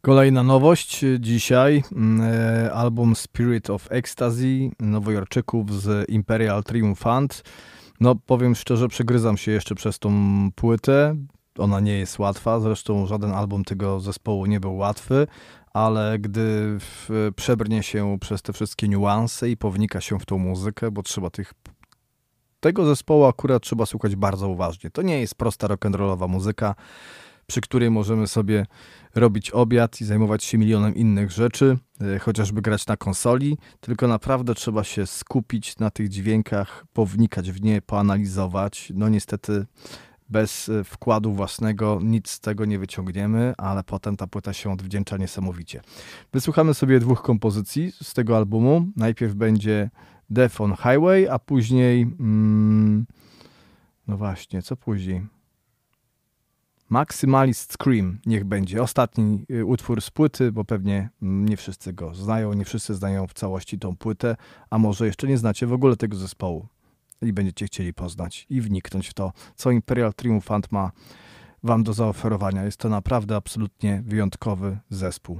[SPEAKER 2] Kolejna nowość dzisiaj, album Spirit of Ecstasy Nowojorczyków z Imperial Triumphant. No powiem szczerze, przegryzam się jeszcze przez tą płytę, ona nie jest łatwa, zresztą żaden album tego zespołu nie był łatwy, ale gdy przebrnie się przez te wszystkie niuanse i pownika się w tą muzykę, bo trzeba tego zespołu akurat trzeba słuchać bardzo uważnie. To nie jest prosta rock'n'rollowa muzyka, przy której możemy sobie robić obiad i zajmować się milionem innych rzeczy, chociażby grać na konsoli, tylko naprawdę trzeba się skupić na tych dźwiękach, pownikać w nie, poanalizować. No niestety bez wkładu własnego nic z tego nie wyciągniemy, ale potem ta płyta się odwdzięcza niesamowicie. Wysłuchamy sobie 2 kompozycji z tego albumu. Najpierw będzie Death on Highway, a później... no właśnie, co później? Maximalist Scream niech będzie. Ostatni utwór z płyty, bo pewnie nie wszyscy go znają, nie wszyscy znają w całości tą płytę, a może jeszcze nie znacie w ogóle tego zespołu i będziecie chcieli poznać i wniknąć w to, co Imperial Triumphant ma wam do zaoferowania. Jest to naprawdę absolutnie wyjątkowy zespół.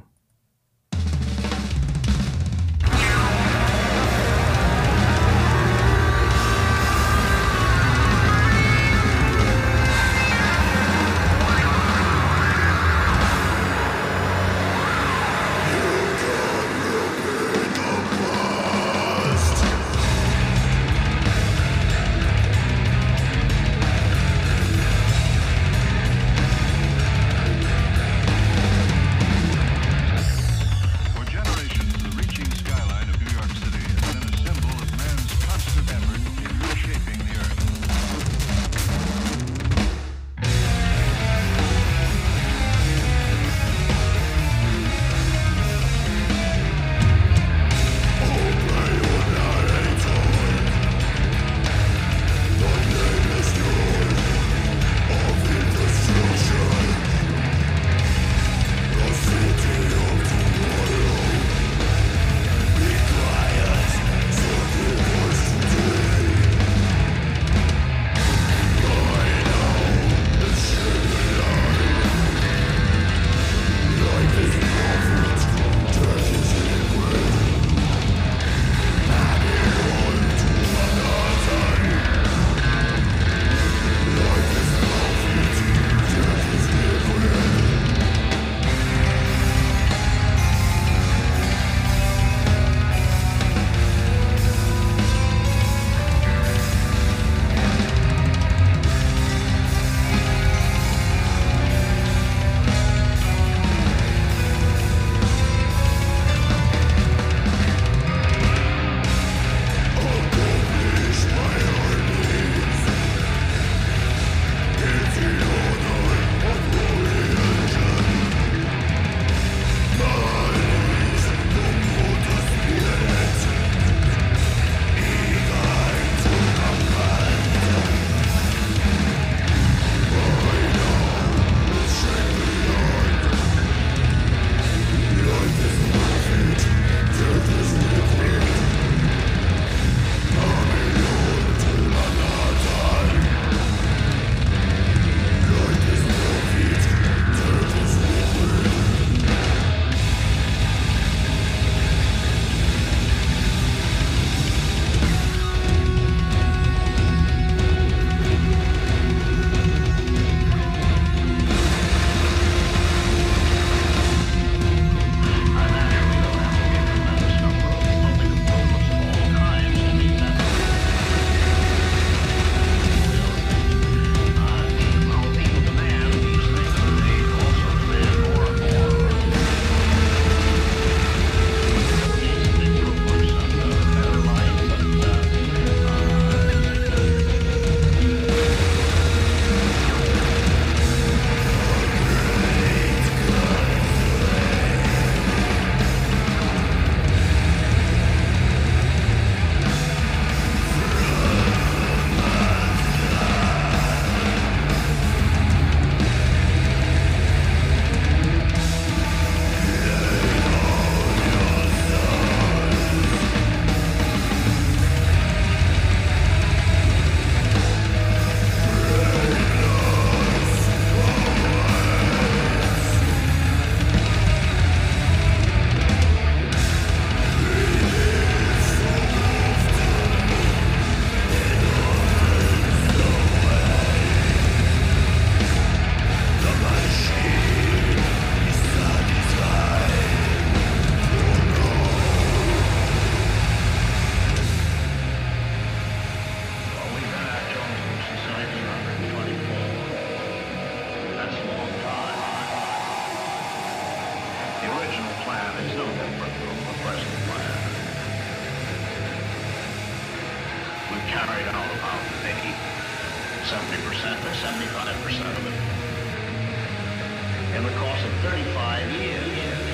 [SPEAKER 4] carried out about maybe 70% or 75% of it in the course of 35 years.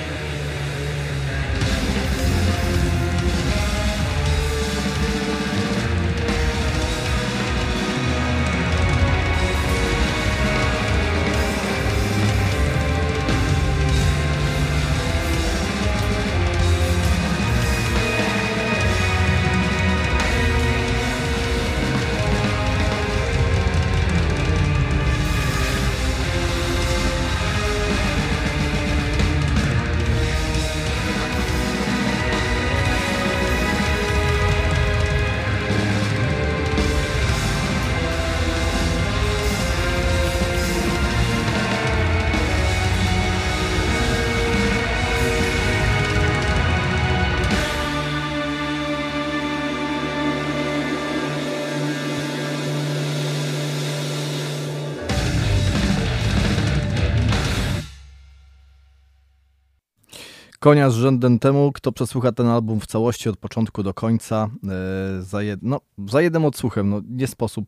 [SPEAKER 2] Konia z rzędem temu, kto przesłucha ten album w całości od początku do końca za jednym odsłuchem. No, nie sposób,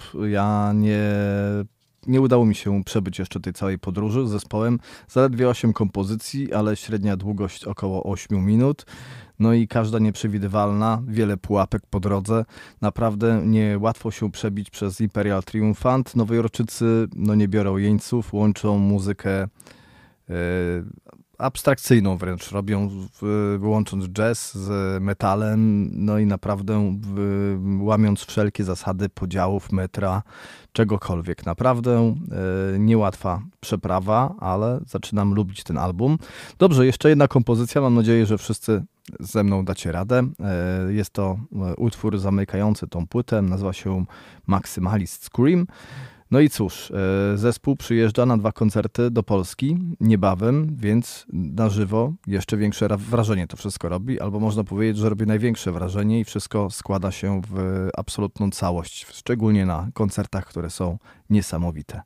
[SPEAKER 2] nie udało mi się przebyć jeszcze tej całej podróży z zespołem. Zaledwie 8 kompozycji, ale średnia długość około 8 minut. No i każda nieprzewidywalna, wiele pułapek po drodze. Naprawdę niełatwo się przebić przez Imperial Triumphant. Nowojorczycy nie biorą jeńców, łączą muzykę abstrakcyjną wręcz, robią łącząc jazz z metalem, no i naprawdę łamiąc wszelkie zasady podziałów metra, czegokolwiek. Naprawdę niełatwa przeprawa, ale zaczynam lubić ten album. Dobrze, jeszcze jedna kompozycja, mam nadzieję, że wszyscy ze mną dacie radę. Jest to utwór zamykający tą płytę, nazywa się Maximalist Scream. No i cóż, zespół przyjeżdża na 2 koncerty do Polski niebawem, więc na żywo jeszcze większe wrażenie to wszystko robi, albo można powiedzieć, że robi największe wrażenie i wszystko składa się w absolutną całość, szczególnie na koncertach, które są niesamowite.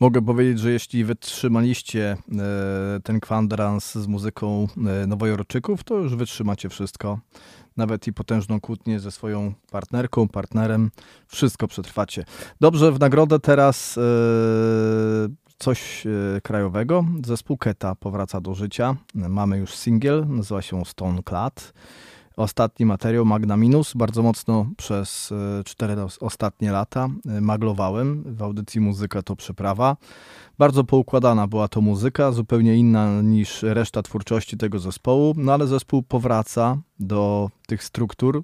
[SPEAKER 2] Mogę powiedzieć, że jeśli wytrzymaliście ten kwadrans z muzyką Nowojorczyków, to już wytrzymacie wszystko. Nawet i potężną kłótnię ze swoją partnerką, partnerem. Wszystko przetrwacie. Dobrze, w nagrodę teraz coś krajowego. Zespół Keta powraca do życia. Mamy już singiel, nazywa się Stone Clad. Ostatni materiał Magna Minus. Bardzo mocno przez 4 ostatnie lata maglowałem. W audycji Muzyka to Przyprawa. Bardzo poukładana była to muzyka, zupełnie inna niż reszta twórczości tego zespołu, no ale zespół powraca do tych struktur,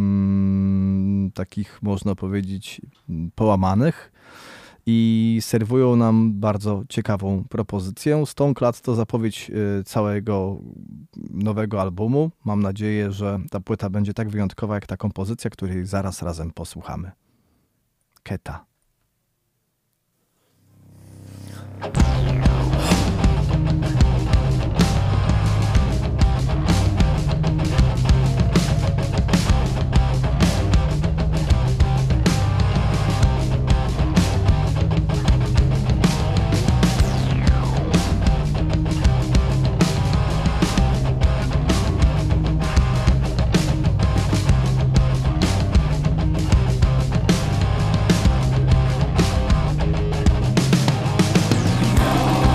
[SPEAKER 2] takich można powiedzieć połamanych i serwują nam bardzo ciekawą propozycję. Stone Clad to zapowiedź całego nowego albumu. Mam nadzieję, że ta płyta będzie tak wyjątkowa jak ta kompozycja, której zaraz razem posłuchamy. Keta.
[SPEAKER 3] No!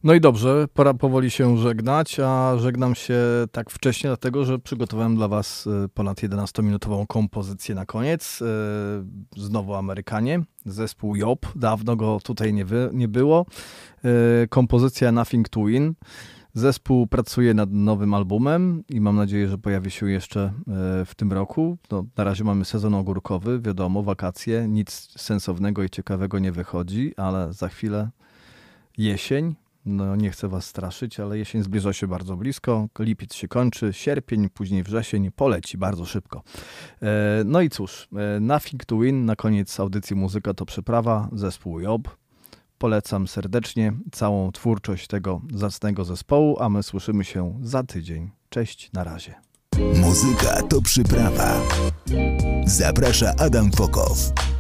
[SPEAKER 2] No i dobrze, pora powoli się żegnać, a żegnam się tak wcześnie, dlatego że przygotowałem dla Was ponad 11-minutową kompozycję na koniec. Znowu Amerykanie, zespół Job, dawno go tutaj nie było. Kompozycja Nothing to Win. Zespół pracuje nad nowym albumem i mam nadzieję, że pojawi się jeszcze w tym roku. No, na razie mamy sezon ogórkowy, wiadomo, wakacje, nic sensownego i ciekawego nie wychodzi, ale za chwilę jesień. No nie chcę was straszyć, ale jesień zbliża się bardzo blisko, lipiec się kończy, sierpień, później wrzesień poleci bardzo szybko. No i cóż, Nothing to Win, na koniec audycji Muzyka to Przyprawa, zespół Job. Polecam serdecznie całą twórczość tego zacnego zespołu, a my słyszymy się za tydzień. Cześć, na razie.
[SPEAKER 1] Muzyka to przyprawa. Zaprasza Adam Fokow.